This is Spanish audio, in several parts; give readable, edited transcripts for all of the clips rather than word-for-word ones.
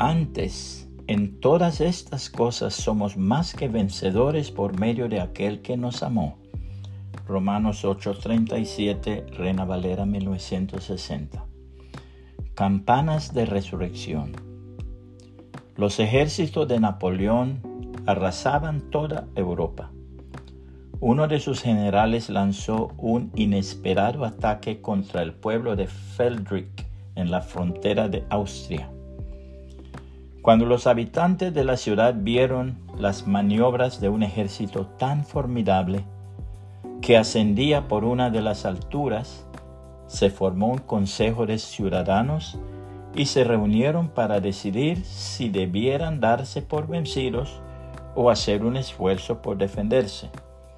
Antes, en todas estas cosas somos más que vencedores por medio de aquel que nos amó. Romanos 8:37, Reina Valera 1960. Campanas de resurrección. Los ejércitos de Napoleón arrasaban toda Europa. Uno de sus generales lanzó un inesperado ataque contra el pueblo de Feldrich en la frontera de Austria. Cuando los habitantes de la ciudad vieron las maniobras de un ejército tan formidable que ascendía por una de las alturas, se formó un consejo de ciudadanos y se reunieron para decidir si debieran darse por vencidos o hacer un esfuerzo por defenderse.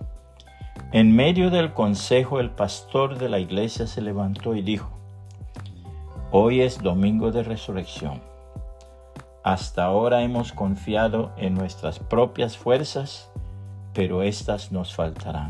En medio del consejo, el pastor de la iglesia se levantó y dijo: «Hoy es domingo de resurrección. Hasta ahora hemos confiado en nuestras propias fuerzas, pero éstas nos faltarán.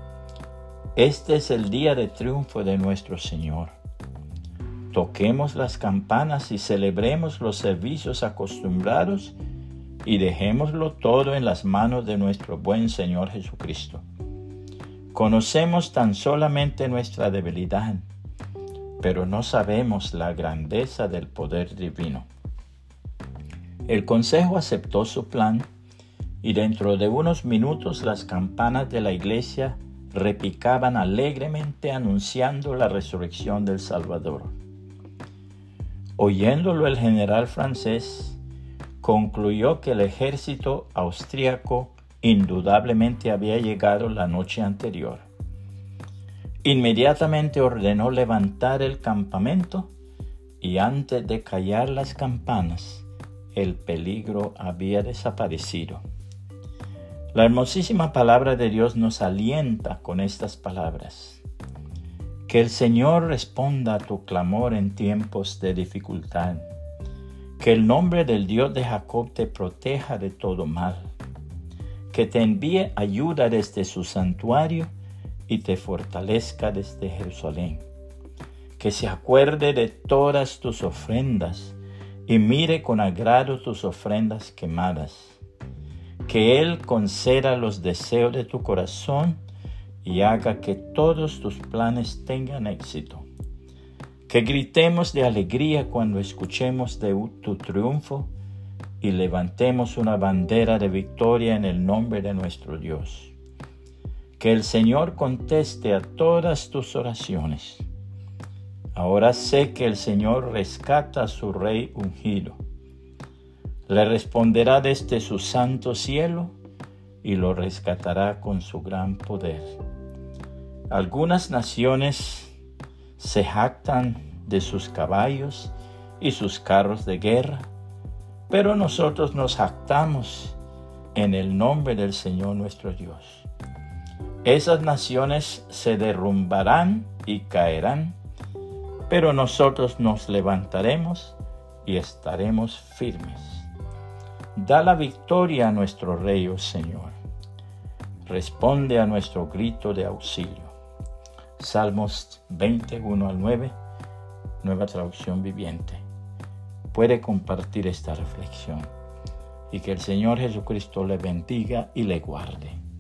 Este es el día de triunfo de nuestro Señor. Toquemos las campanas y celebremos los servicios acostumbrados y dejémoslo todo en las manos de nuestro buen Señor Jesucristo. Conocemos tan solamente nuestra debilidad, pero no sabemos la grandeza del poder divino». El consejo aceptó su plan y dentro de unos minutos las campanas de la iglesia repicaban alegremente anunciando la resurrección del Salvador. Oyéndolo, el general francés concluyó que el ejército austríaco indudablemente había llegado la noche anterior. Inmediatamente ordenó levantar el campamento y antes de callar las campanas, el peligro había desaparecido. La hermosísima palabra de Dios nos alienta con estas palabras: que el Señor responda a tu clamor en tiempos de dificultad. Que el nombre del Dios de Jacob te proteja de todo mal. Que te envíe ayuda desde su santuario y te fortalezca desde Jerusalén. Que se acuerde de todas tus ofrendas y mire con agrado tus ofrendas quemadas. Que Él conceda los deseos de tu corazón y haga que todos tus planes tengan éxito. Que gritemos de alegría cuando escuchemos de tu triunfo y levantemos una bandera de victoria en el nombre de nuestro Dios. Que el Señor conteste a todas tus oraciones. Ahora sé que el Señor rescata a su Rey ungido. Le responderá desde su santo cielo y lo rescatará con su gran poder. Algunas naciones se jactan de sus caballos y sus carros de guerra, pero nosotros nos jactamos en el nombre del Señor nuestro Dios. Esas naciones se derrumbarán y caerán, pero nosotros nos levantaremos y estaremos firmes. Da la victoria a nuestro Rey, oh Señor. Responde a nuestro grito de auxilio. Salmos 21-9, Nueva Traducción Viviente. Puede compartir esta reflexión y que el Señor Jesucristo le bendiga y le guarde.